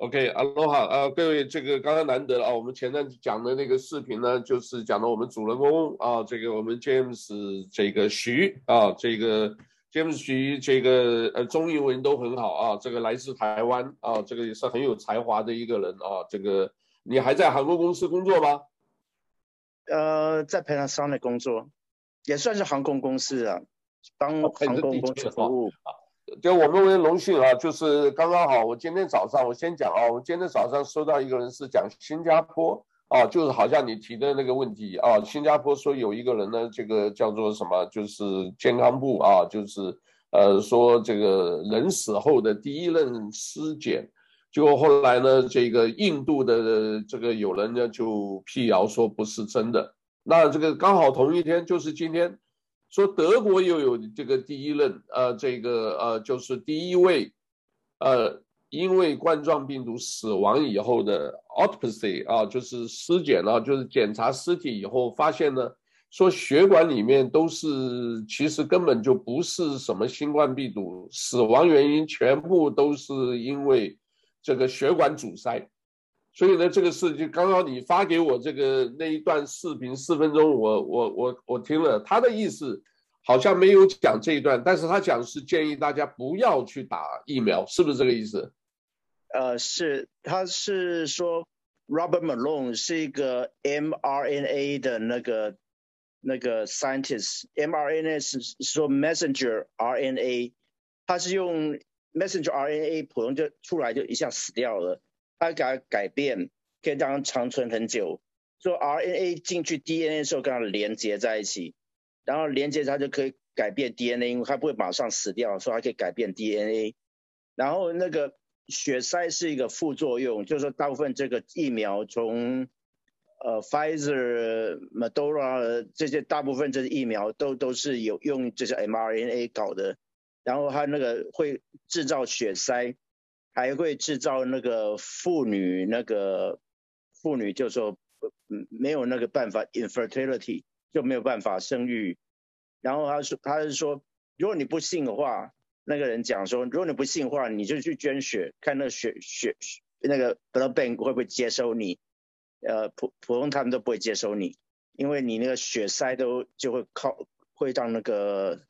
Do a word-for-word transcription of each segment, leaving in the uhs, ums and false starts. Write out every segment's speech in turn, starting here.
OK， 阿罗哈啊，各位，这个刚刚难得了啊，我们前段讲的那个视频呢，就是讲的我们主人公啊，这个我们 James 这个徐啊，这个 James 徐这个呃中英文都很好啊，这个来自台湾啊，这个也是很有才华的一个人啊，这个你还在航空公司工作吗？ 呃，在 Panasonic 工作，也算是航空公司啊，帮航空公司服务。 就我们为荣幸啊，就是刚刚好，我今天早上我先讲啊，我今天早上收到一个人是讲新加坡啊，就是好像你提的那个问题啊，新加坡说有一个人呢，这个叫做什么，就是健康部啊，就是呃说这个人死后的第一任尸检，结果后来呢，这个印度的这个有人呢就辟谣说不是真的，那这个刚好同一天就是今天。说德国又有这个第一任，呃，这个呃，就是第一位，呃，因为冠状病毒死亡以后的 autopsy 啊，就是尸检啊，就是检查尸体以后发现呢，说血管里面都是其实根本就不是什么新冠病毒，死亡原因全部都是因为这个血管阻塞。所以呢，这个事就刚刚你发给我这个那一段视频四分钟，我我我我听了，他的意思好像没有讲这一段，但是他讲是建议大家不要去打疫苗，是不是这个意思？ 呃，是，他是说 Robert Malone 是一个 mRNA 的那个那个 scientist，mRNA 是说 messenger R N A， 他是用 messenger R N A 普通就出来就一下死掉了。它给它改变，可以让它长存很久。所以 R N A 进去 D N A 的时候跟它连接在一起，然后连接它就可以改变 D N A， 因为它不会马上死掉，所以它可以改变 D N A。然后那个血塞是一个副作用，就是说大部分这个疫苗从呃 Pfizer、Moderna 这些大部分这些疫苗都都是有用这些 mRNA 搞的，然后它那个会制造血塞。还会制造那个妇女那个妇女就说没有那个办法 infertility 就没有办法生育，然后他说他是说如果你不信的话，那个人讲说如果你不信的话，你就去捐血，看那个血血那个 blood bank 会不会接收你，呃普普通他们都不会接收你，因为你那个血塞都就会靠会让那个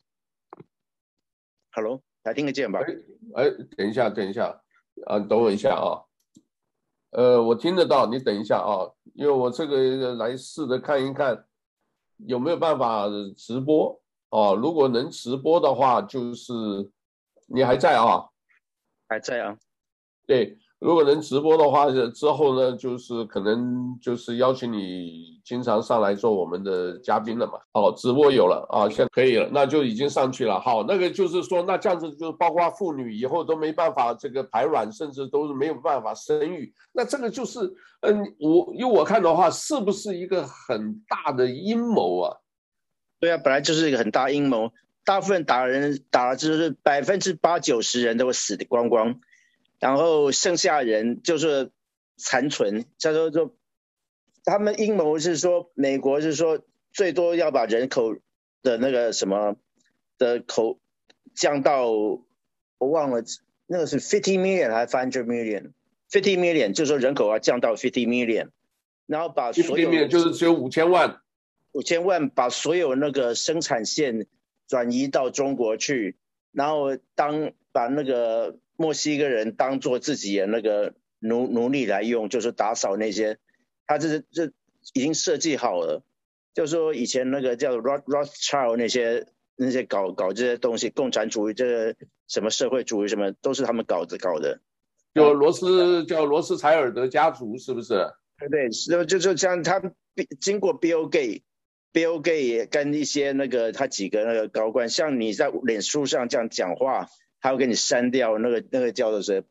hello 还听得见吧？ 哎哎，等一下等一下。啊，等我一下啊，呃，我听得到，你等一下啊，因为我这个来试着看一看有没有办法直播哦。如果能直播的话，就是你还在啊？ 还在啊。 对，如果能直播的话，之后呢，就是可能就是邀请你经常上来做我们的嘉宾了嘛。好，直播有了啊，现在可以了，那就已经上去了。好，那个就是说，那这样子就包括妇女以后都没办法这个排卵，甚至都是没有办法生育。那这个就是，嗯，我因为我看的话，是不是一个很大的阴谋啊？ 对啊，本来就是一个很大阴谋，大部分打人打了就是百分之八九十人都会死光光。然后剩下人就是残存，叫做说他们阴谋是说美国是说最多要把人口的那个什么的口降到我忘了那个是fifty million 还是five hundred million fifty million 就是说人口要降到fifty million， 然后把所有 million就是只有五千万， 五千万把所有那个生产线转移到中国去，然后当把那个墨西哥人当做自己的那个奴奴隶来用，就是打扫那些，他这是这已经设计好了。就是说以前那个叫 Rothschild 那些那些搞搞这些东西，共产主义这个什么社会主义什么，都是他们搞的搞的。 就罗斯叫罗斯柴尔德家族是不是？ 对对，就就就像他经过 Bill Gates。Bill Gates 也跟一些那个他几个那个高官，像你在脸书上这样讲话，他会给你删掉。那个那个叫做谁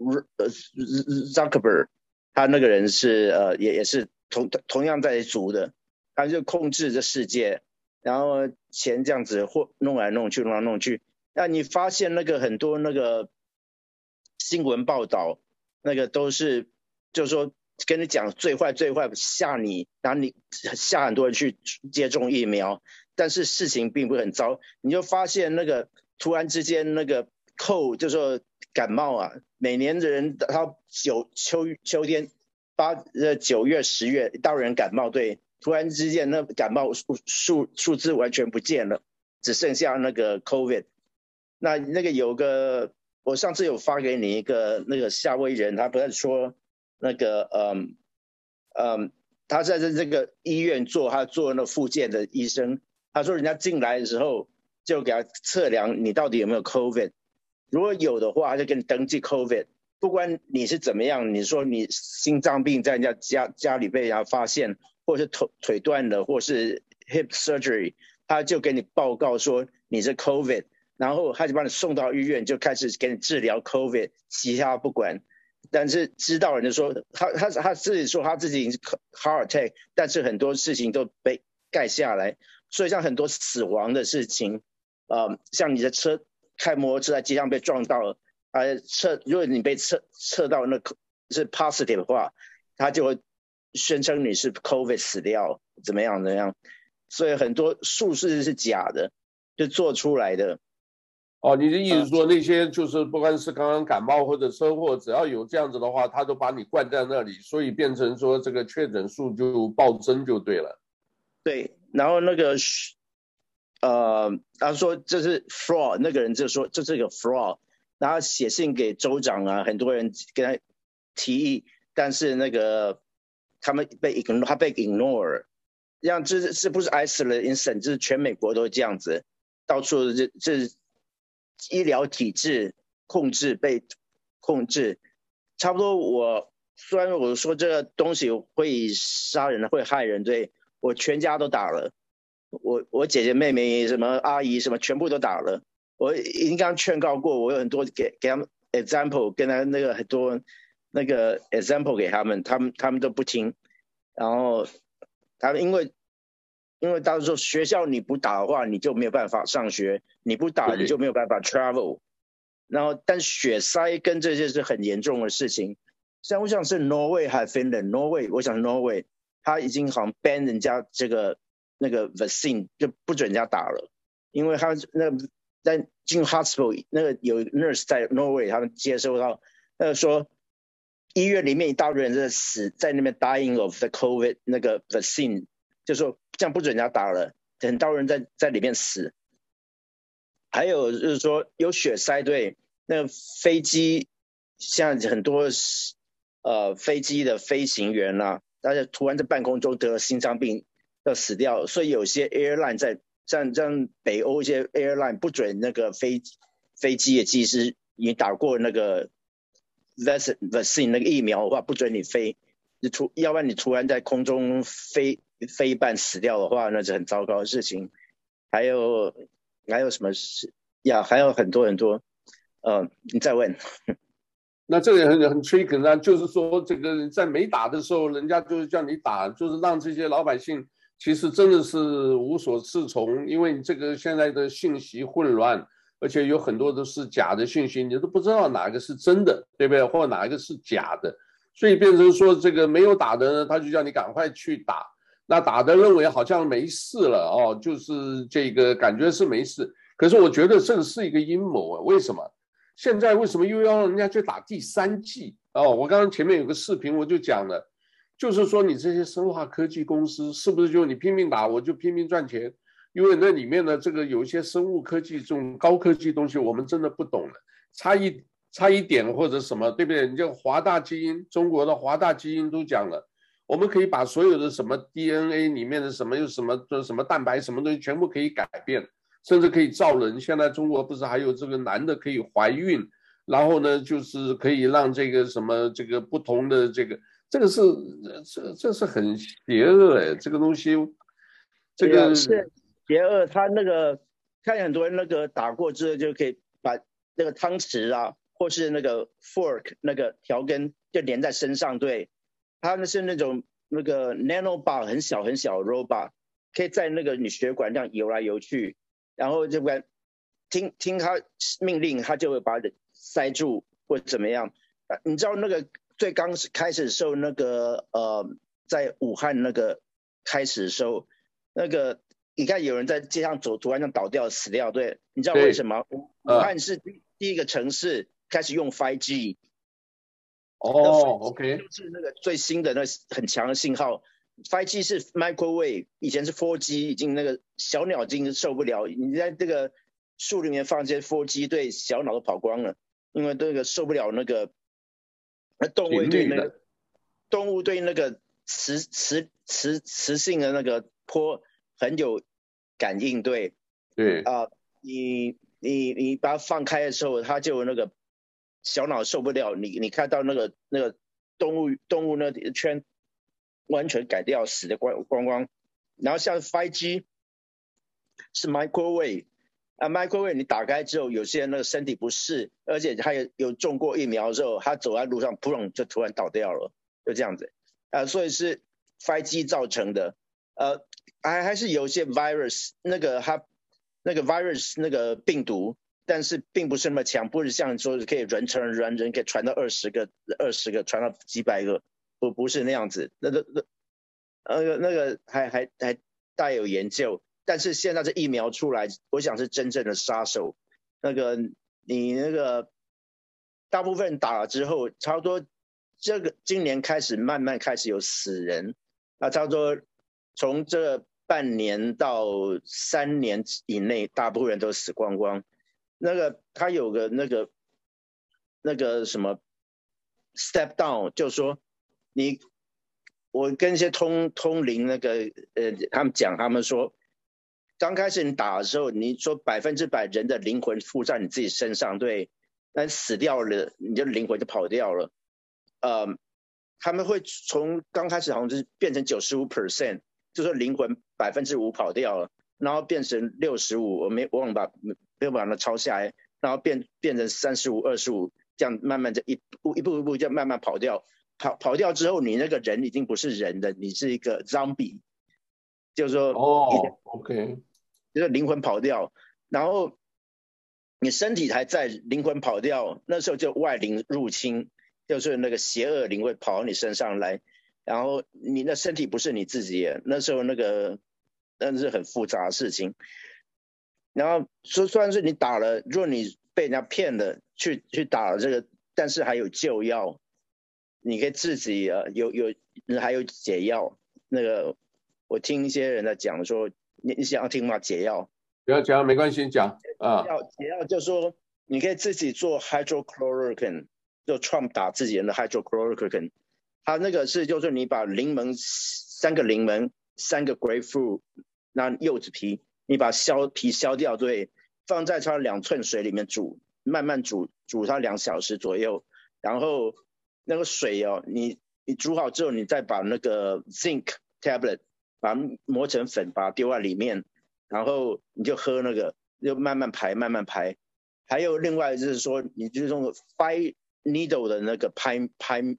，Zuckerberg， 他那个人是呃也也是同同样在组的，他就控制这世界，然后钱这样子或弄来弄去弄来弄去。那你发现那个很多那个新闻报道，那个都是就是说。跟你讲最坏最坏吓你，然后你吓很多人去接种疫苗，但是事情并不很糟，你就发现那个突然之间那个 cold 就说感冒啊，每年的人到九秋秋天八呃九月十月，一大人感冒，对，突然之间那感冒数数数字完全不见了，只剩下那个 COVID。那那个有个我上次有发给你一个那个夏威夷人，他不是说那个嗯嗯他在这个医院做，他做那复健的医生，他说人家进来的时候就给他测量你到底有没有 COVID， 如果有的话他就给你登记 COVID， 不管你是怎么样，你说你心脏病在人家家家里被人家发现，或是腿腿断了，或是 hip surgery， 他就给你报告说你是 COVID， 然后他就把你送到医院，就开始给你治疗 COVID， 其他不管。但是知道人就说他他他自己说他自己已经是 heart attack， 但是很多事情都被盖下来，所以像很多死亡的事情，呃，像你的车开摩托车在街上被撞到了，呃，测如果你被测测到那是 positive 的话，他就会宣称你是 COVID 死掉，怎么样怎么样，所以很多数字是假的，就做出来的。 哦，你的意思说那些就是不管是刚刚感冒或者车祸，只要有这样子的话，他都把你灌在那里，所以变成说这个确诊数就暴增就对了。 对，然后那个呃，他说这是 fraud， 那个人就说这是个 fraud， 然后写信给州长啊，很多人跟他提议，但是那个他们被 ignore， 他被 ignore， 这样这这不是 isolated incident， 这是全美国都这样子，到处这这医疗体制控制被控制，差不多我虽然我说这个东西会杀人会害人，对，我全家都打了，我我姐姐妹妹什么阿姨什么全部都打了，我已经刚劝告过，我有很多给给他们 example， 跟他那个很多那个 example 给他们，他们他们都不听，然后他们因为因为到时候学校你不打的话，你就没有办法上学，你不打你就没有办法 travel， 然后但血塞跟这些是很严重的事情，像我想是挪威还 Finland， 我想挪威他已经好像 ban 人家这个那个 vaccine 就不准人家打了，因为他那个在进 hospital 那个有 nurse 在挪威，他们接收到那个说医院里面一大堆人在死，在那边 dying of the COVID 那个 vaccine， 就说这样不准人家打了，很多人在在里面死。还有就是说有血塞，对，那个飞机像很多呃飞机的飞行员啊，大家突然在半空中得了心脏病要死掉，所以有些 airline 在像像北欧一些 airline 不准那个飞飞机的机师已经打过那个 vaccine 那个疫苗的话，不准你飞，你突要不然你突然在空中飞飞一半死掉的话，那是很糟糕的事情。还有还有什么事呀？还有很多很多，呃，你再问。 那这个也很很 tricky 啊，就是说这个在没打的时候，人家就是叫你打，就是让这些老百姓其实真的是无所适从，因为你这个现在的信息混乱，而且有很多都是假的信息，你都不知道哪个是真的，对不对？或者哪一个是假的，所以变成说这个没有打的呢，他就叫你赶快去打，那打的认为好像没事了哦，就是这个感觉是没事，可是我觉得这是一个阴谋啊，为什么？现在为什么又要让人家去打第三剂？哦，我刚刚前面有个视频我就讲了，就是说你这些生化科技公司是不是就你拼命打我就拼命赚钱？因为那里面呢，这个有一些生物科技这种高科技东西我们真的不懂了，差一差一点或者什么，对不对？你就华大基因，中国的华大基因都讲了，我们可以把所有的什么 D N A 里面的什么又什么什么蛋白什么东西全部可以改变。甚至可以造人，现在中国不是还有这个男的可以怀孕，然后呢，就是可以让这个什么这个不同的这个，这个是这这是很邪恶哎，这个东西，这个是邪恶。他那个看很多人那个打过之后就可以把那个汤匙啊，或是那个 fork 那个条根就连在身上，对，他那是那种那个 nanobar 很小很小的 robot， 可以在那个你血管这样游来游去。然后就听听他命令，他就会把它塞住或怎么样。你知道那个最刚开始的时候，那个呃，在武汉那个开始的时候，那个你看有人在街上走，突然就倒掉死掉，对，你知道为什么？武汉是第一个城市开始用 五 G。 哦 ，OK， 就是那个最新的那很强的信号。五 G 是 microwave， 以前是 四 G， 已经那个小鸟已经受不了。你在这个树里面放这些 四 G， 对小鸟都跑光了，因为这个受不了那个那动物对那个动物对那个磁磁磁磁性的那个波很有感应，对对啊、呃，你你你把它放开的时候，它就那个。小脑受不了，你你看到那个那个动物动物那圈完全改掉，死的光光光。然后像 五 G 是 microwave 啊 ，microwave 你打开之后，有些人那个身体不适，而且他有有中过疫苗之后，他走在路上砰就突然倒掉了，就这样子啊，所以是 五 G 造成的。呃，还还是有些 virus 那个它那个 virus 那个病毒。但是并不是那么强，不是像说可以人传人，人可以传到二十个、二十个，传到几百个，不不是那样子。那个那那个那个还还还带有研究，但是现在这疫苗出来，我想是真正的杀手。那个你那个大部分打了之后，差不多这个今年开始慢慢开始有死人，啊，差不多从这半年到三年以内，大部分人都死光光。那个他有个那个那个什么 step down， 就是说你我跟一些通通灵那个呃他们讲，他们说刚开始你打的时候，你说百分之百人的灵魂附在你自己身上，对，但死掉了，你的灵魂就跑掉了。呃，他们会从刚开始好像就是变成 百分之九十五， 就说灵魂百分之五跑掉了，然后变成六十五，我没忘了把没有把它抄下来，然后变变成三十五、二十五，这样慢慢的一步一步一步这样慢慢跑掉，跑跑掉之后，你那个人已经不是人的，你是一个 zombie， 就是说哦 ，OK， 就是灵魂跑掉，然后你身体还在，灵魂跑掉，那时候就外灵入侵，就是那个邪恶灵会跑到你身上来，然后你的身体不是你自己，那时候那个那是很复杂的事情。然后说虽然是你打了，如果你被人家骗了去去打了这个，但是还有救药，你可以自己呃有有还有解药。那个我听一些人在讲说，你你想要听吗？解药？ 不要讲没关系，讲啊。 解药解药就是说你可以自己做 hydrochloroquine， 就 Trump 打自己人的 hydrochloroquine， 他那个是就是你把柠檬三个柠檬三个 grapefruit， 那柚子皮。你把削皮削掉，对，放在它两寸水里面煮，慢慢煮，煮它两小时左右。然后那个水哦，你你煮好之后，你再把那个 zinc tablet 把它磨成粉，把它丢在里面，然后你就喝那个，就慢慢排，慢慢排。还有另外就是说，你就是用 five needle 的那个 pine pine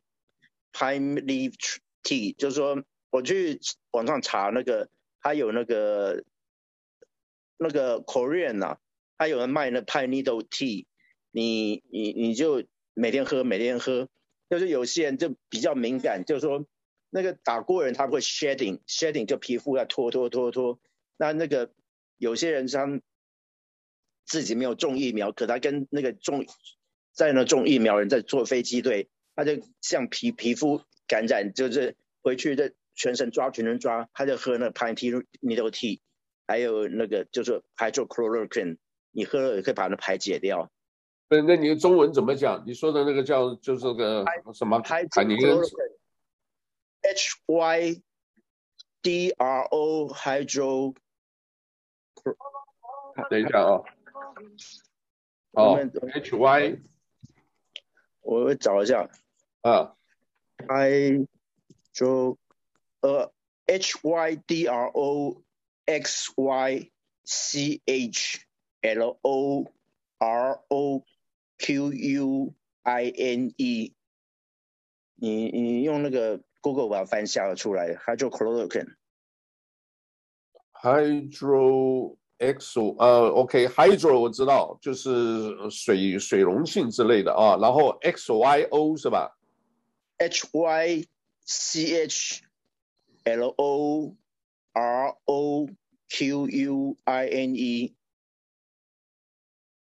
pine leaf tea， 就是说我去网上查那个，它有那个。那个 Korean 啊，他有人卖那 Pine Needle Tea， 你你你就每天喝，每天喝。就是有些人就比较敏感，就是说那个打过人他会 shedding shedding 就皮肤要脱脱脱脱。那那个有些人他自己没有中疫苗，可他跟那个中在那中疫苗人在坐飞机，对，他就像皮皮肤感染，就是回去的全身抓全身抓，他就喝那 Pine Needle Tea。还有那个就是 hydrochloroquine， 你喝了也可以把它排解掉。 那那你的中文怎么讲？你说的那个叫就是个什么海宁人 ？H Y D R O hydro。 等一下啊，哦 ，H Y， 我会找一下啊 ，hydro， 呃 ，H Y D R O X Y C H L O R O Q U I N E， 你你用那个 Google 把它翻下出来 ，hydrochloroquine。 Hydro Exo， 呃 ，OK，Hydro 我知道，就是水水溶性之类的啊。然后 X Y O 是吧 ？H Y C H L O R O Q U I N E。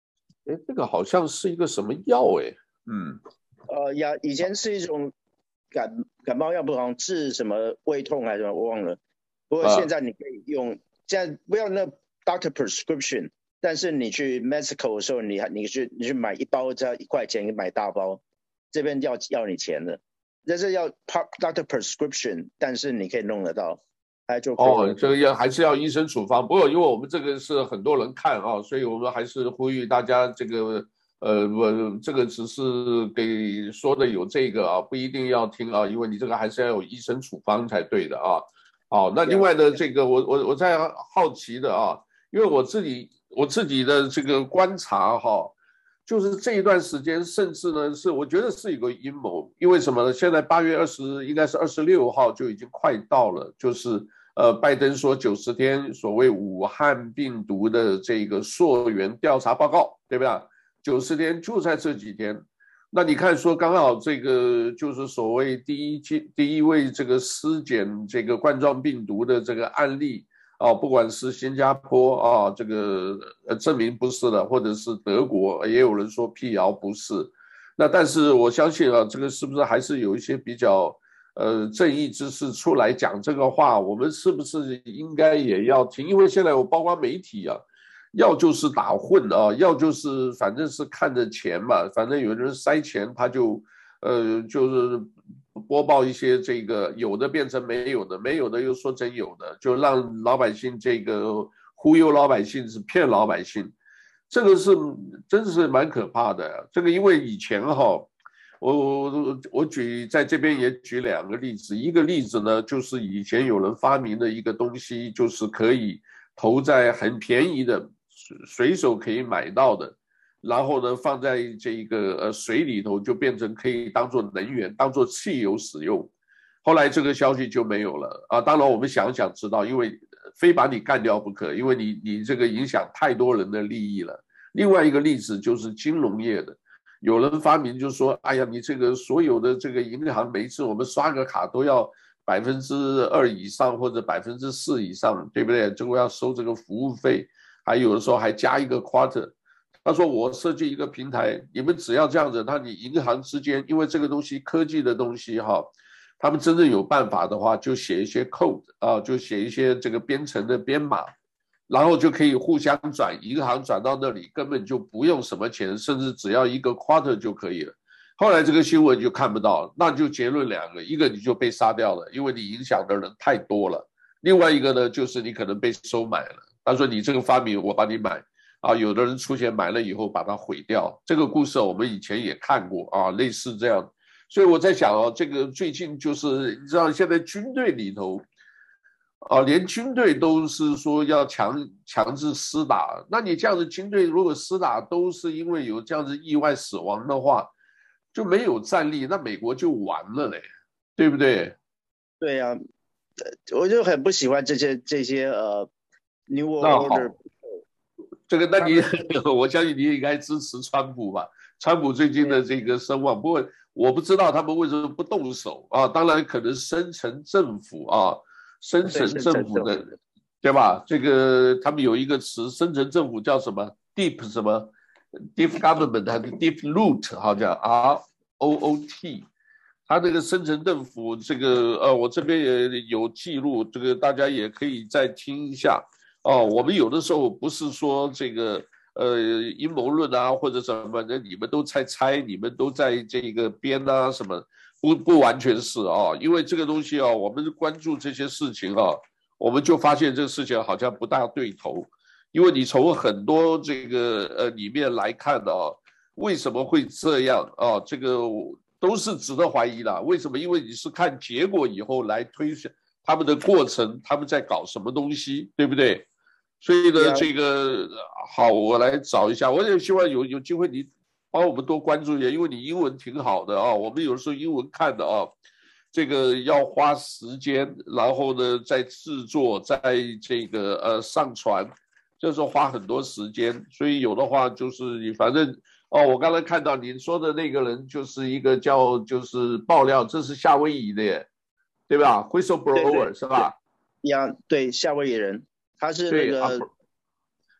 哎，这个好像是一个什么药哎，嗯， 呃呀，以前是一种感感冒药，不好像治什么胃痛还是什么，我忘了。不过现在你可以用，现在不要那 doctor prescription， 但是你去 Mexico 的时候，你你去你去买一包只要一块钱，你买大包，这边要要你钱的，但是要 doctor prescription， 但是你可以弄得到。 哦，这个要还是要医生处方。不过因为我们这个是很多人看啊，所以我们还是呼吁大家这个呃，我这个只是给说的有这个啊，不一定要听啊，因为你这个还是要有医生处方才对的啊。好，那另外的这个我我我在好奇的啊，因为我自己我自己的这个观察哈。就是这一段时间，甚至呢是我觉得是一个阴谋，因为什么呢？现在八月二十应该是二十六号就已经快到了，就是呃，拜登说九十天所谓武汉病毒的这个溯源调查报告，对吧？九十天就在这几天。那你看说刚好这个就是所谓第一期第一位这个尸检这个冠状病毒的这个案例。哦，不管是新加坡啊，这个呃证明不是的，或者是德国，也有人说辟谣不是。那但是我相信啊，这个是不是还是有一些比较呃正义之士出来讲这个话？我们是不是应该也要听？因为现在我包括媒体啊，要就是打混啊，要就是反正是看着钱嘛，反正有人塞钱他就呃就是。播报一些这个有的变成没有的，没有的又说真有的，就让老百姓这个忽悠老百姓，是骗老百姓，这个是真是蛮可怕的。这个因为以前哈，我我我举在这边也举两个例子，一个例子呢就是以前有人发明的一个东西，就是可以投在很便宜的随手可以买到的。然后呢，放在这个呃水里头，就变成可以当做能源、当做汽油使用。后来这个消息就没有了啊。当然，我们想想知道，因为非把你干掉不可，因为你你这个影响太多人的利益了。另外一个例子就是金融业的，有人发明就说，哎呀，你这个所有的这个银行每一次我们刷个卡都要百分之二以上或者百分之四以上，对不对？这个要收这个服务费，还有的时候还加一个 quarter。他说我设计一个平台，你们只要这样子，那你银行之间，因为这个东西科技的东西哈，他们真正有办法的话，就写一些 code 啊，就写一些这个编程的编码，然后就可以互相转，银行转到那里根本就不用什么钱，甚至只要一个 quarter 就可以了。后来这个新闻就看不到，那就结论两个，一个你就被杀掉了，因为你影响的人太多了；另外一个呢，就是你可能被收买了。他说你这个发明我帮你买。啊，有的人出钱买了以后把它毁掉，这个故事我们以前也看过啊，类似这样。所以我在想哦，这个最近就是你知道，现在军队里头，啊，连军队都是说要强强制施打，那你这样子军队如果施打都是因为有这样子意外死亡的话，就没有战力，那美国就完了嘞，对不对？ 对呀、啊，我就很不喜欢这些这些呃 New World Order。 这个，那你我相信你也应该支持川普吧？川普最近的这个声望，不过我不知道他们为什么不动手啊？当然，可能深层政府啊，深层政府的，对吧？这个他们有一个词，深层政府叫什么 ？Deep 什么 ？Deep Government 还是 Deep Root？好像 R O O T。他这个深层政府，这个呃，我这边也有记录，这个大家也可以再听一下。哦，我们有的时候不是说这个呃阴谋论啊或者什么的，你们都在猜，你们都在这个编啊什么，不不完全是啊，因为这个东西啊，我们关注这些事情啊，我们就发现这个事情好像不大对头，因为你从很多这个呃里面来看的啊，为什么会这样啊？这个都是值得怀疑的。为什么？因为你是看结果以后来推选他们的过程，他们在搞什么东西，对不对？所以呢，这个好，我来找一下。我也希望有有机会你帮我们多关注一下，因为你英文挺好的啊。我们有时候英文看的啊，这个要花时间，然后呢再制作，在这个呃上传，就是花很多时间。所以有的话就是你反正哦，我刚才看到您说的那个人就是一个叫就是爆料，这是夏威夷的，对吧 ？Whistleblower 是吧？ 呀，对，夏威夷人。他是那个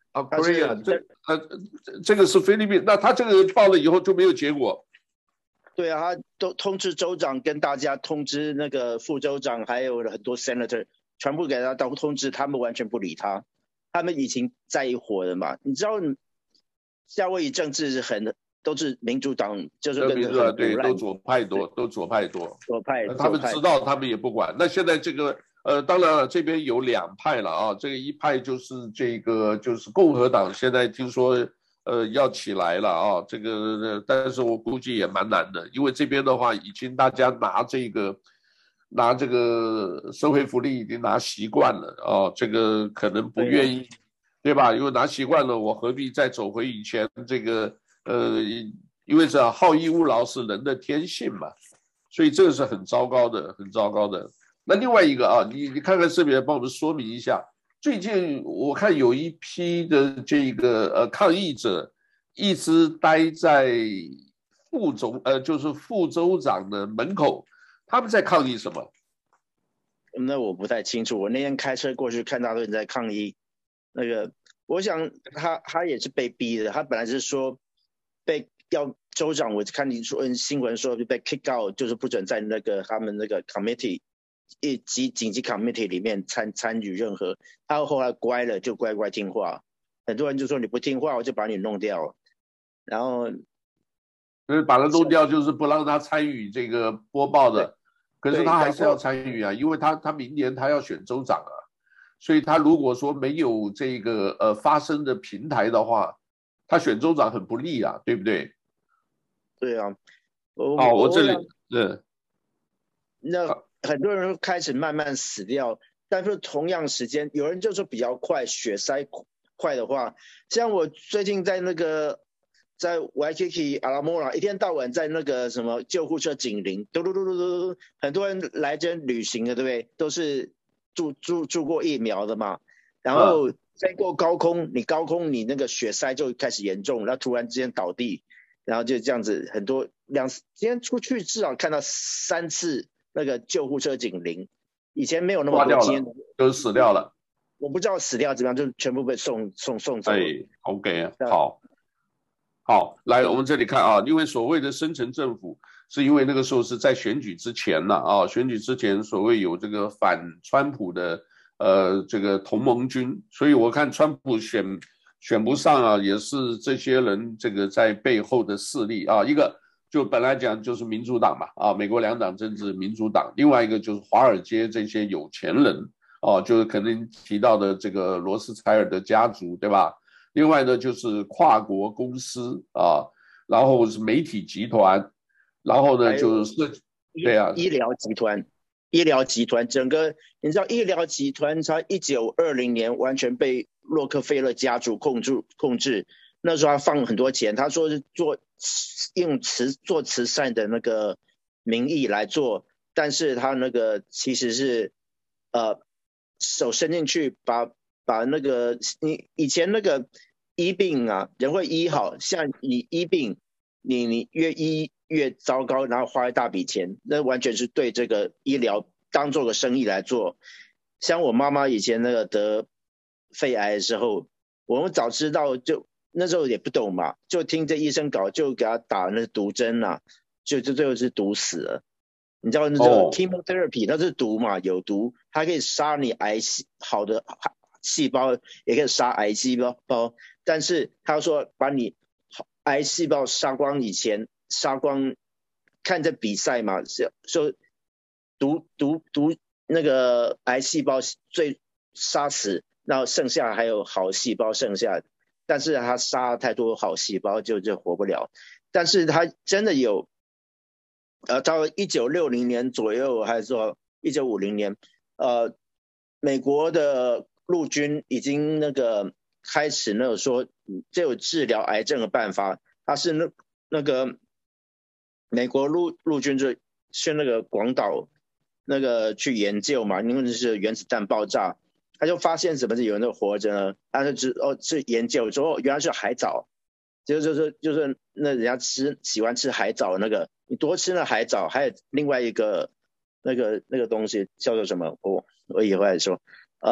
啊 ，Korea， 这呃这个是菲律宾，那他这个报了以后就没有结果。 对啊，他都通知州长，跟大家通知那个副州长，还有很多 senator， 全部给他都通知，他们完全不理他，他们已经在一伙了嘛。你知道夏威夷政治是很都是民主党，就是跟民主党对都左派多，都左派多， 左派， 他们知道他们也不管。那现在这个呃，当然了，这边有两派了啊，这个一派就是这个就是共和党，现在听说。呃，要起来了啊，这个，但是我估计也蛮难的，因为这边的话，已经大家拿这个拿这个社会福利已经拿习惯了啊，这个可能不愿意，对吧？因为拿习惯了，我何必再走回以前这个呃，因为这好逸恶劳是人的天性嘛，所以这个是很糟糕的，很糟糕的。那另外一个啊，你你看看这边帮我们说明一下。最近我看有一批的这个呃抗议者一直待在副总呃就是副州长的门口，他们在抗议什么？ 那我不太清楚，我那天开车过去看到有人在抗议。那个我想他他也是被逼的，他本来是说被要州长，我看你说新闻说被 kick out， 就是不准在那个他们那个 committee。一级紧急 committee 里面参参与任何，他后来乖了，就乖乖听话。很多人就说你不听话，我就把你弄掉。然后， 就是把他弄掉，就是不让他参与这个播报的。可是他还是要参与啊，因为他他明年他要选州长啊，所以他如果说没有这个呃发声的平台的话，他选州长很不利啊，对不对？ 对啊。 哦，我这里对。 那。很多人开始慢慢死掉，但是同样时间，有人就说比较快，血塞快的话，像我最近在那个在 Waikiki 阿拉莫拉，一天到晚在那个什么救护车警铃，嘟嘟嘟嘟嘟，很多人来这旅行的，对不对？都是住住住过疫苗的嘛，然后飞过高空，你高空你那个血塞就开始严重，然后突然之间倒地，然后就这样子，很多两今天出去至少看到三次。那个救护车警铃，以前没有那么多，今天都死掉了。 我不知道死掉怎么样，就全部被送送送走了。 哎 ，OK， 好，好，来我们这里看啊，因为所谓的深层政府，是因为那个时候是在选举之前了啊，选举之前所谓有这个反川普的呃这个同盟军，所以我看川普选选不上啊，也是这些人这个在背后的势力啊，一个。就本来讲就是民主党嘛，啊，美国两党政治民主党，另外一个就是华尔街这些有钱人，哦，就是可能提到的这个罗斯柴尔德家族，对吧？另外呢就是跨国公司啊，然后是媒体集团，然后呢就是对啊， 医疗集团，医疗集团整个你知道医疗集团在一九二零年完全被洛克菲勒家族控制控制。那时候他放很多钱，他说是做用慈做慈善的那个名义来做，但是他那个其实是呃手伸进去把把那个你以前那个医病啊，人会医好，像你医病，你你越医越糟糕，然后花一大笔钱，那完全是对这个医疗当做个生意来做。像我妈妈以前那个得肺癌的时候，我们早知道就。那时候也不懂嘛，就听这医生搞，就给他打那毒针啊，就就最后是毒死了。你知道那个 chemotherapy 那是毒嘛，有毒，它可以杀你癌细好的细胞，也可以杀癌细胞。但是他说把你癌细胞杀光以前，杀光，看这比赛嘛，说毒毒毒那个癌细胞最杀死，然后剩下还有好细胞剩下。但是他杀太多好细胞就就活不了，但是他真的有，呃，到一九六零年左右，还是说一九五零年，呃，美国的陆军已经那个开始那个说，这有治疗癌症的办法，他是那那个美国陆陆军就去那个广岛那个去研究嘛，因为是原子弹爆炸。他就发现什么是有人活着呢？他就知哦，是研究说哦，原来是海藻，就就是就是那人家吃喜欢吃海藻那个，你多吃那海藻，还有另外一个那个那个东西叫做什么？我我以后再说。呃，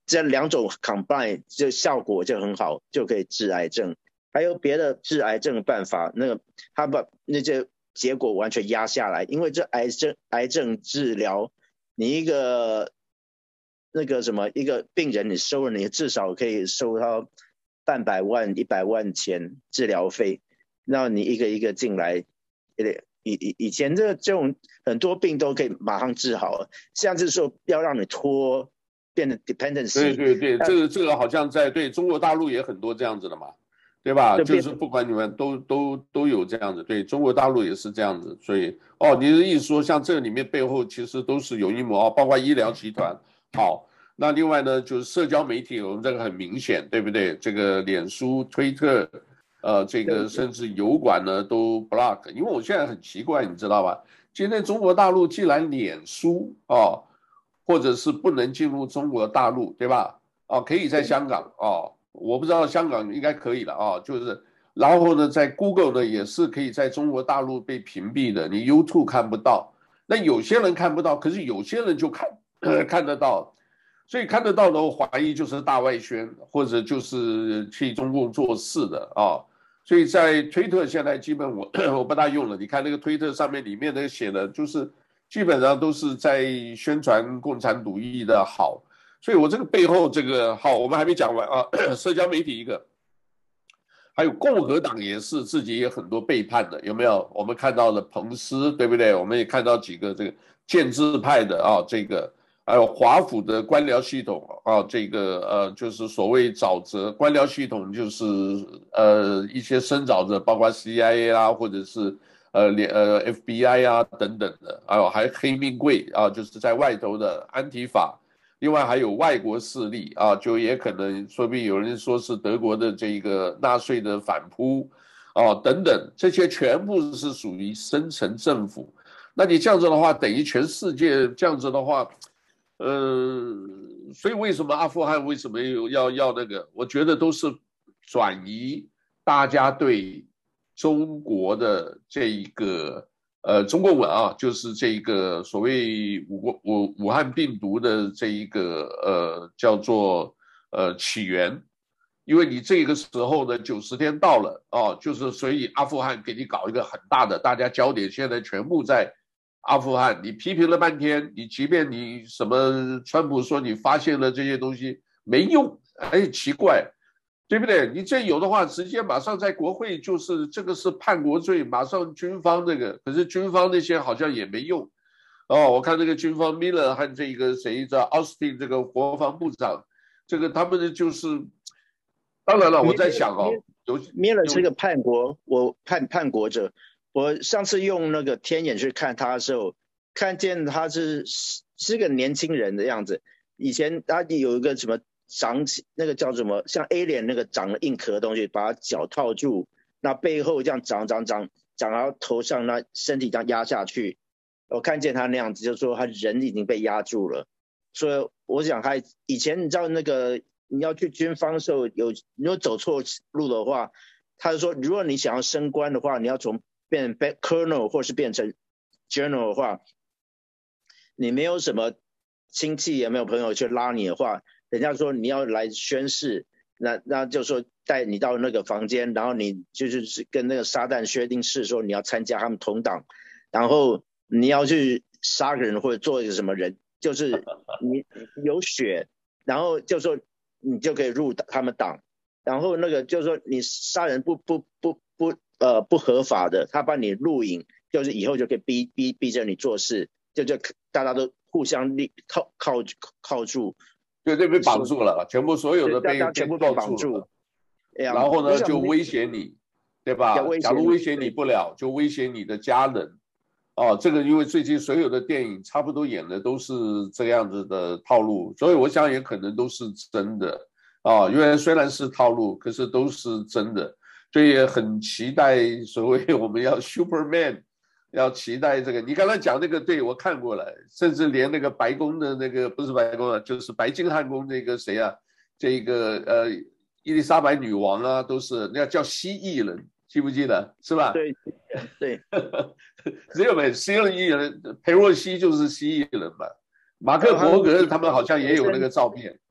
这两种 combine 就效果就很好，就可以治癌症。还有别的治癌症的办法，那个他把那些结果完全压下来，因为这癌症癌症治疗，你一个那个什么一个病人，你收了你至少可以收到半百万、一百万钱治疗费，那你一个一个进来，以以以前这这种很多病都可以马上治好，像是说要让你拖变得 dependency。 对对对，这个这个好像在对中国大陆也很多这样子的嘛，对吧？就是不管你们都都都有这样子，对中国大陆也是这样子，所以哦，你的意思说像这里面背后其实都是有阴谋啊，包括医疗集团。好，那另外呢就是社交媒体，我们这个很明显，对不对？这个脸书、推特。呃，这个甚至油管呢都 block， 因为我现在很奇怪，你知道吧？今天中国大陆既然脸书哦，或者是不能进入中国大陆，对吧？哦，可以在香港哦，我不知道香港应该可以了哦，就是，然后呢，在 Google 呢也是可以在中国大陆被屏蔽的，你 YouTube 看不到，那有些人看不到，可是有些人就看看得到。所以看得到的，我怀疑就是大外宣，或者就是替中共做事的啊。所以在推特现在基本我我不大用了。你看那个推特上面里面的写的，就是基本上都是在宣传共产主义的好。所以我这个背后这个好，我们还没讲完啊。社交媒体一个，还有共和党也是自己也很多背叛的，有没有？我们看到了彭斯，对不对？我们也看到几个这个建制派的啊，这个。还有华府的官僚系统啊，这个呃，就是所谓沼泽官僚系统，就是呃一些深沼者，包括 C I A 啊，或者是呃呃 F B I 啊等等的，还有还黑命贵啊，就是在外头的安提法，另外还有外国势力啊，就也可能说不定有人说是德国的这个纳粹的反扑啊等等，这些全部是属于深层政府。那你这样子的话，等于全世界这样子的话。嗯，所以为什么阿富汗为什么要要那个？我觉得都是转移大家对中国的这一个呃中国文啊，就是这一个所谓武武武汉病毒的这一个呃叫做呃起源，因为你这个时候呢九十天到了哦，就是所以阿富汗给你搞一个很大的，大家焦点现在全部在。阿富汗，你批评了半天，你即便你什么川普说你发现了这些东西没用，哎，奇怪，对不对？你这有的话，直接马上在国会就是这个是叛国罪，马上军方这个，可是军方那些好像也没用。哦，我看这个军方 Miller 和这个谁叫 Austin 这个国防部长，这个他们就是，当然了，我在想哦， 有 Miller 是个叛国，我叛叛国者。我上次用那个天眼去看他的时候，看见他是是个年轻人的样子。以前他有一个什么长起那个叫什么像 alien 那个长了硬壳的东西，把他脚套住，那背后这样长长长长到头上，那身体这样压下去。我看见他那样子，就说他人已经被压住了。所以我想他以前你知道那个你要去军方的时候，有你有走错路的话，他就说如果你想要升官的话，你要从变成 colonel 或是变成 general 的话，你没有什么亲戚也没有朋友去拉你的话，人家说你要来宣誓，那那就说带你到那个房间，然后你就是跟那个撒旦约定誓说你要参加他们同党，然后你要去杀个人或者做一个什么人，就是你有血，然后就说你就可以入他们党，然后那个就说你杀人不不不不呃不合法的，他帮你录影，就是以后就可以逼逼逼着你做事，就就大家都互相立靠靠靠住， 对对，被绑住了，全部所有的被全部被绑住， 然后呢就威胁你，对吧？假如威胁你不了，就威胁你的家人。哦，这个因为最近所有的电影差不多演的都是这样子的套路，所以我想也可能都是真的啊。因为虽然是套路，可是都是真的，所以也很期待所谓我们要 Superman， 要期待这个。你刚才讲那个，对我看过了，甚至连那个白宫的那个不是白宫啊，就是白金汉宫那个谁啊，这个呃伊丽莎白女王啊，都是那叫蜥蜴人。记不记得是吧？ 对对， 只有没蜥蜴人，裴洛西就是蜥蜴人嘛。马克伯格他们好像也有那个照片。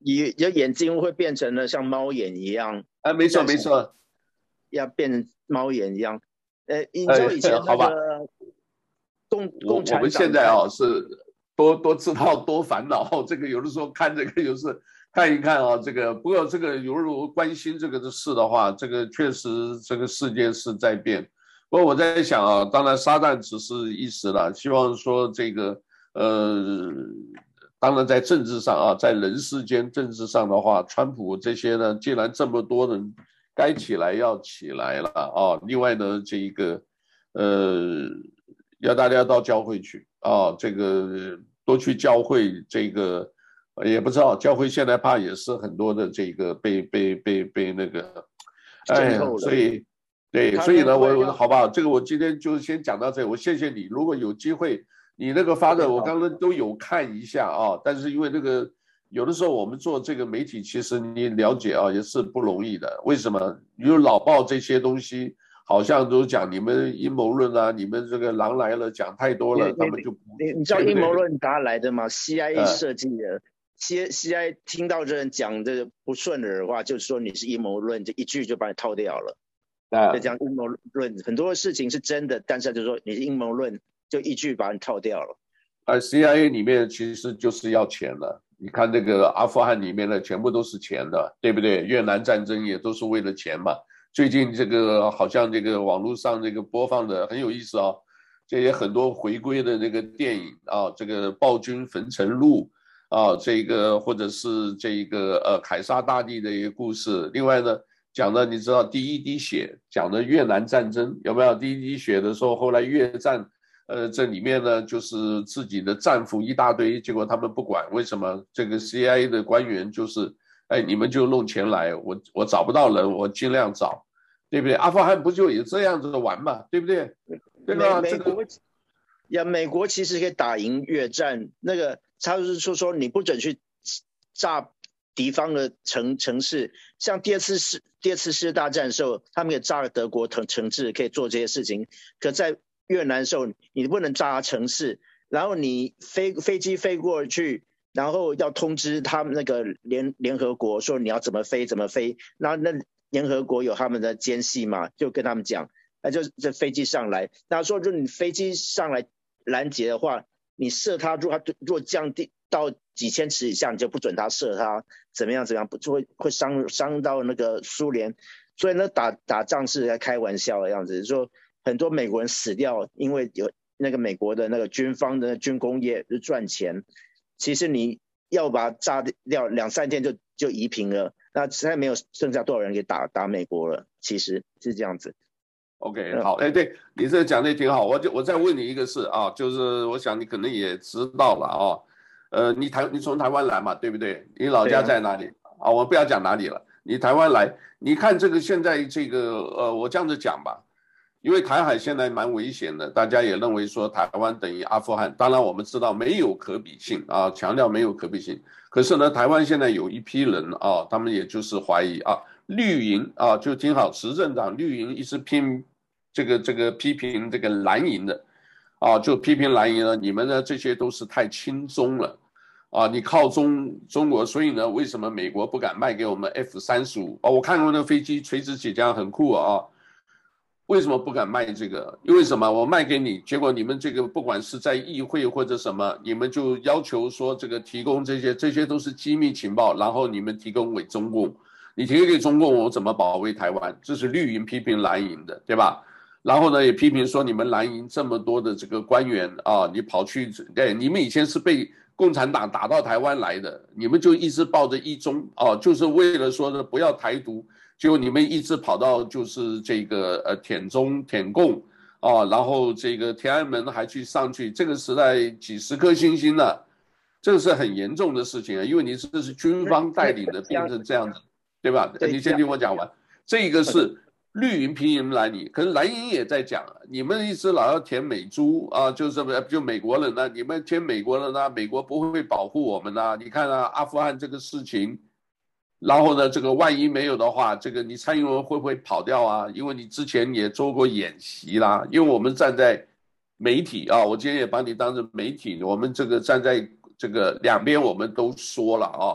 你的眼睛会变成了像猫眼一样。 哎，没错没错， 要变成猫眼一样。呃，你知道以前那个共共产党， 我们现在啊是多多知道多烦恼，这个有的时候看这个有时看一看啊，这个不过这个如果关心这个的事的话，这个确实这个世界是在变。不过我在想啊，当然撒旦只是一时了，希望说这个呃，当然在政治上啊，在人世间政治上的话，川普这些呢，既然这么多人该起来要起来了啊，另外呢，这一个呃，要大家到教会去啊，这个多去教会，这个也不知道教会现在怕也是很多的这个被被被被那个，哎呀，所以。对，所以呢，我我好吧，这个我今天就先讲到这，我谢谢你。如果有机会，你那个发的我刚刚都有看一下啊，但是因为那个有的时候我们做这个媒体，其实你了解啊也是不容易的。为什么？有老报这些东西，好像都讲你们阴谋论啊，你们这个狼来了讲太多了，他们就不。 你你知道阴谋论哪来的吗 ？C I A 设计的。C C I A 听到这人讲这个不顺耳的话，就是说你是阴谋论，这一句就把你套掉了。就讲阴谋论，很多事情是真的，但是就说你是阴谋论，就一句把你套掉了。 而 C I A 里面其实就是要钱的，你看那个阿富汗里面的全部都是钱的，对不对？越南战争也都是为了钱嘛。最近这个好像这个网络上这个播放的很有意思啊，这些很多回归的那个电影啊，这个《暴君焚城录》啊，这个或者是这个呃凯撒大帝的一个故事。另外呢。讲的你知道第一滴血，讲的越南战争有没有？第一滴血的时候，后来越战，呃，这里面呢就是自己的战俘一大堆，结果他们不管，为什么？这个 C I A 的官员就是，哎，你们就弄钱来，我我找不到人，我尽量找，对不对？阿富汗不就也这样子玩嘛，对不对？对吧？ 美国呀，美国其实可以打赢越战，那个他就是说说你不准去炸。敌方的城城市，像第二次世第二次世界大战的时候，他们也炸了德国城城市，可以做这些事情。可在越南的时候，你不能炸城市，然后你飞飞机飞过去，然后要通知他们那个联联合国说你要怎么飞怎么飞，然后那联合国有他们的奸细嘛，就跟他们讲，那就这飞机上来，然后说如果你飞机上来拦截的话，你射它，如果它如果降低到几千尺以下，你就不准他射他，怎么样怎么样，不就会会伤伤到那个苏联，所以呢打打仗是在开玩笑的样子，说很多美国人死掉，因为有那个美国的那个军方的军工业就赚钱，其实你要把它炸掉两三天就就夷平了，那现在没有剩下多少人给打打美国了，其实是这样子。 OK， 好，哎，对你这讲的挺好，我就我再问你一个事啊，就是我想你可能也知道了啊。呃，你台你从台湾来嘛，对不对？你老家在哪里？啊，我不要讲哪里了。你台湾来，你看这个现在这个呃，我这样子讲吧，因为台海现在蛮危险的，大家也认为说台湾等于阿富汗。当然我们知道没有可比性啊，强调没有可比性。可是呢，台湾现在有一批人啊，他们也就是怀疑啊，绿营啊就挺好，执政党绿营一直拼这个这个批评这个蓝营的，啊，就批评蓝营呢，你们呢这些都是太亲中了。啊，你靠中中国，所以呢，为什么美国不敢卖给我们 F 三十五？哦，我看过那个飞机垂直起降很酷啊，为什么不敢卖这个？因为什么？我卖给你，结果你们这个不管是在议会或者什么，你们就要求说这个提供这些，这些都是机密情报，然后你们提供给中共，你提供给中共，我怎么保卫台湾？这是绿营批评蓝营的，对吧？然后呢，也批评说你们蓝营这么多的这个官员啊，你跑去，对，你们以前是被共产党打到台湾来的，你们就一直抱着一中哦，就是为了说呢不要台独，结果你们一直跑到就是这个呃舔中舔共哦，然后这个天安门还去上去，这个时代几十颗星星呢，这个是很严重的事情啊，因为你这是军方带领的变成这样子，对吧？你先听我讲完，这个是。绿营批评蓝营，可是蓝营也在讲，你们一直老要舔美猪啊，就是就美国人呢、啊，你们舔美国人呢、啊，美国不会保护我们呢、啊。你看啊，阿富汗这个事情，然后呢，这个万一没有的话，这个你蔡英文会不会跑掉啊？因为你之前也做过演习啦，因为我们站在媒体啊，我今天也把你当成媒体，我们这个站在这个两边，我们都说了啊。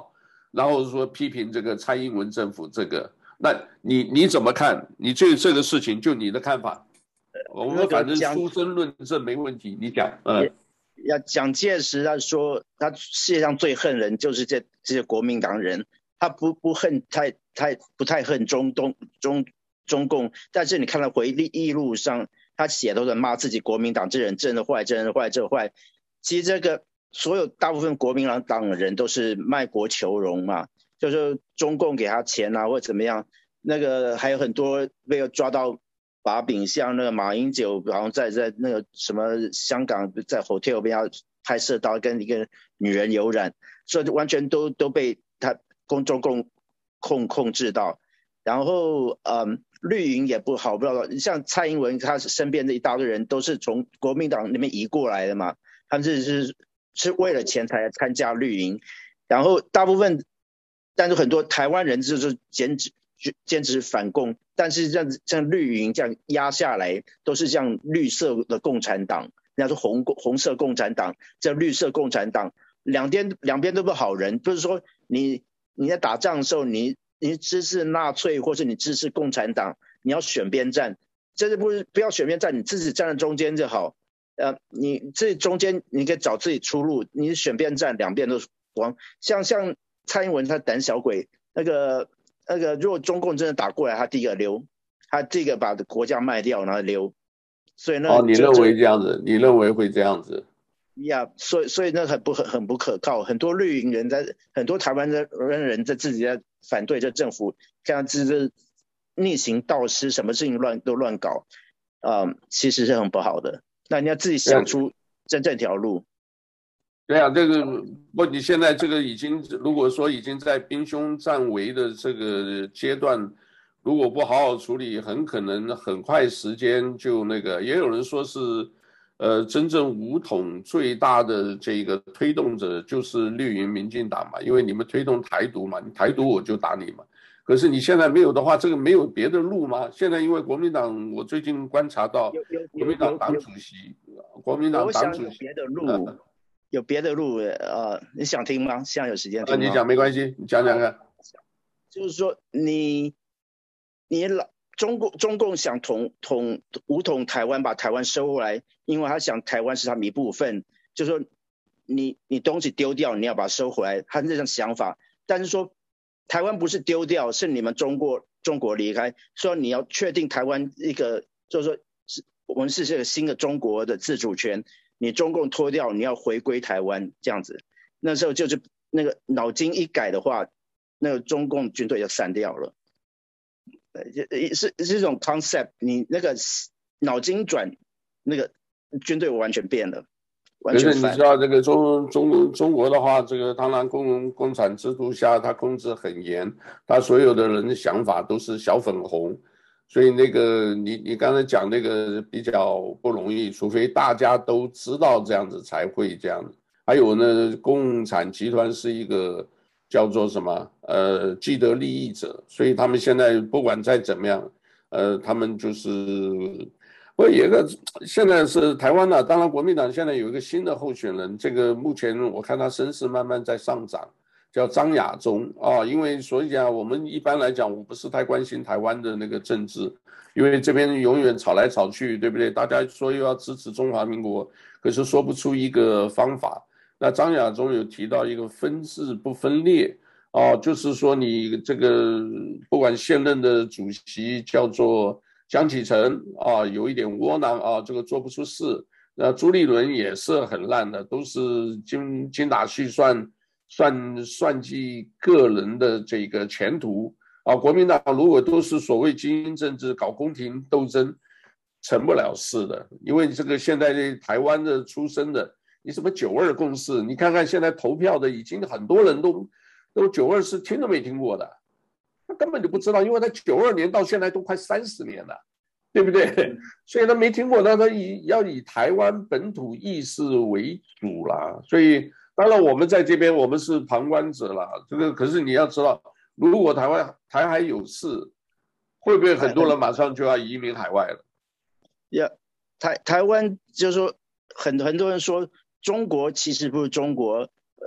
然后说批评这个蔡英文政府这个，那你你怎么看？你对这个事情就你的看法？我们反正书生论证没问题，你讲。嗯， 要蒋介石他说，他世界上最恨人就是这这些国民党人，他不不恨太太不太恨中东中中共，但是你看到回忆录上，他写都是骂自己国民党这人真的坏，真的坏，这坏。其实这个所有大部分国民党的人都是卖国求荣嘛，就是中共给他钱啊或者怎么样，那个还有很多被抓到把柄，像那个马英九好像在在那个什么香港在 hotel 边要拍摄到跟一个女人有染，所以完全都都被他中共控控制到。然后嗯，绿营也不好，不知道像蔡英文他身边的一大堆人都是从国民党那边移过来的嘛，他们是是是为了钱才参加绿营，然后大部分，但是很多台湾人就是坚持坚持反共，但是这样像绿营这样压下来，都是像绿色的共产党，人家说红红色共产党，这绿色共产党，两边两边都不好人，不是说你你在打仗的时候，你你支持纳粹或是你支持共产党，你要选边站，这是不是不要选边站，你自己站在中间就好。呃，你这中间你可以找自己出路，你选边站，两边都光。像像蔡英文他胆小鬼，那个那个，如果中共真的打过来，他第一个溜，他第一个把国家卖掉，然后溜。所以那哦，你认为这样子？你认为会这样子？ 呀，所以所以那很不很很不可靠。很多绿营人在，很多台湾的人在自己在反对这政府，看这是逆行道师，什么事情乱都乱搞，啊、呃，其实是很不好的。那你要自己想出真正条路。 对啊，这个不，你现在这个已经，如果说已经在兵凶战危的这个阶段，如果不好好处理，很可能很快时间就那个。也有人说是，呃，真正武统最大的这个推动者就是绿营民进党嘛，因为你们推动台独嘛，你台独我就打你嘛。可是你现在没有的话，这个没有别的路吗？现在因为国民党，我最近观察到，国民党党主席，国民党党主席， 有别的路，呃、有别的路，呃，你想听吗？现在有时间听吗？ 啊，你讲没关系，你讲讲看。 就是说你，你老中共中共想统统武统台湾，把台湾收回来，因为他想台湾是他们一部分，就是说你你东西丢掉，你要把它收回来，他这种想法。但是说台湾不是丢掉，是你们中国中国离开，说你要确定台湾一个，就是说是我们是这个新的中国的自主权，你中共脱掉，你要回归台湾这样子。那时候就是那个脑筋一改的话，那个中共军队就散掉了。是是一种 concept， 你那个脑筋转，那个军队完全变了。 可是你知道这个中中中国的话，这个当然共共产制度下，它控制很严，它所有的人的想法都是小粉红，所以那个你你刚才讲那个比较不容易，除非大家都知道这样子才会这样。还有呢，共产集团是一个叫做什么呃既得利益者，所以他们现在不管再怎么样，呃，他们就是。不过有一个现在是台湾呢、啊，当然国民党现在有一个新的候选人，这个目前我看他声势慢慢在上涨，叫张亚中啊。因为所以讲，我们一般来讲，我不是太关心台湾的那个政治，因为这边永远吵来吵去，对不对？大家说又要支持中华民国，可是说不出一个方法。那张亚中有提到一个分治不分裂啊，就是说你这个不管现任的主席叫做。江启臣啊，有一点窝囊啊，这个做不出事。那朱立伦也是很烂的，都是精精打细算，算算计个人的这个前途啊。国民党如果都是所谓精英政治，搞宫廷斗争，成不了事的。因为这个现在的台湾的出生的，你什么九二共识，你看看现在投票的，已经很多人都都九二是听都没听过的。他根本就不知道，因为他九二年到现在都快三十年了，对不对？所以他没听过，那他以要以台湾本土意识为主啦。所以当然我们在这边我们是旁观者啦。这个可是你要知道，如果台湾台海有事，会不会很多人马上就要移民海外了？ 呀，台台湾就是说很很多人说中国其实不是中国，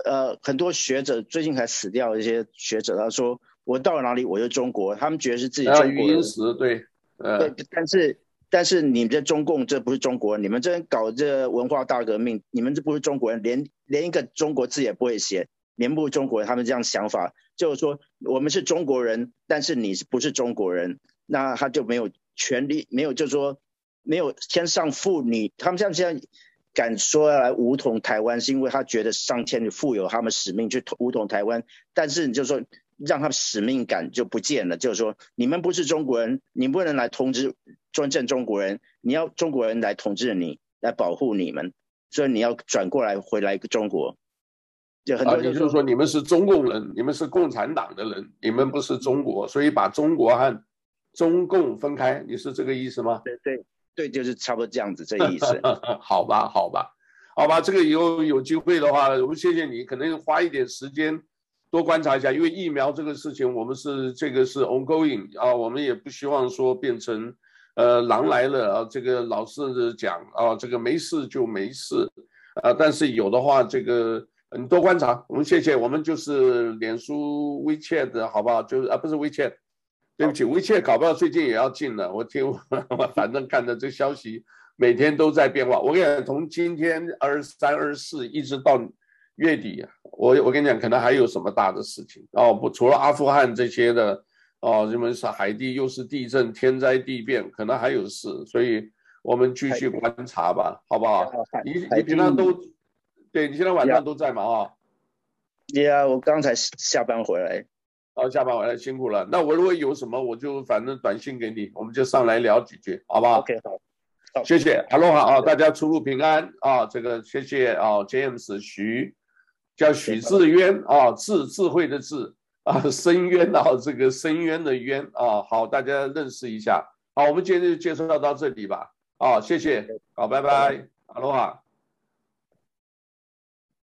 呃很多学者最近才死掉的一些学者，他说我到了哪里我就中国，他们觉得是自己中国人。 语音识对， 呃、对，但是但是你们这中共这不是中国人，你们这搞这文化大革命，你们这不是中国人，连连一个中国字也不会写，连不是中国人，他们这样想法就是说我们是中国人，但是你不是中国人，那他就没有权利，没有就是说没有天上赋你，他们像现在敢说要来武统台湾，是因为他觉得上天赋有他们使命去武统台湾，但是你就说让他们使命感就不见了，就是说你们不是中国人，你不能来统治专政中国人，你要中国人来统治你，来保护你们，所以你要转过来回来中国。就很多人就说、 啊、你就是说你们是中共人，你们是共产党的人，你们不是中国，所以把中国和中共分开，你是这个意思吗？ 对对对，就是差不多这样子，这个意思。 好吧，好吧，好吧，这个以后有机会的话，我们谢谢你，可能花一点时间多观察一下，因为疫苗这个事情，我们是这个是 ongoing 啊，我们也不希望说变成呃狼来了啊，这个老是讲啊，这个没事就没事啊，但是有的话，这个你多观察，我们谢谢，我们就是脸书 WeChat 好不好？就是啊，不是 WeChat。对不起 ，WeChat 搞不好最近也要进了。我听，我反正看的这消息每天都在变化。我跟你讲，从今天二十三、二十四一直到月底，我我跟你讲，可能还有什么大的事情哦。不，除了阿富汗这些的哦，什么是海地又是地震、天灾地变，可能还有事，所以我们继续观察吧，好不好？你你平常都对你现在晚上都在忙啊？ 对啊，我刚才下班回来。 好，下班回来辛苦了。那我如果有什么，我就反正短信给你，我们就上来聊几句，好不好 ？OK， 好，好， 谢谢。Hello 好啊，大家出入平安啊。这个谢谢啊 ，James 徐，叫许志渊啊，智智慧的智啊，深渊啊，这个深渊的渊啊。好，大家认识一下。好，我们今天就介绍到这里吧。啊，谢谢，好，拜拜 ，Hello 好。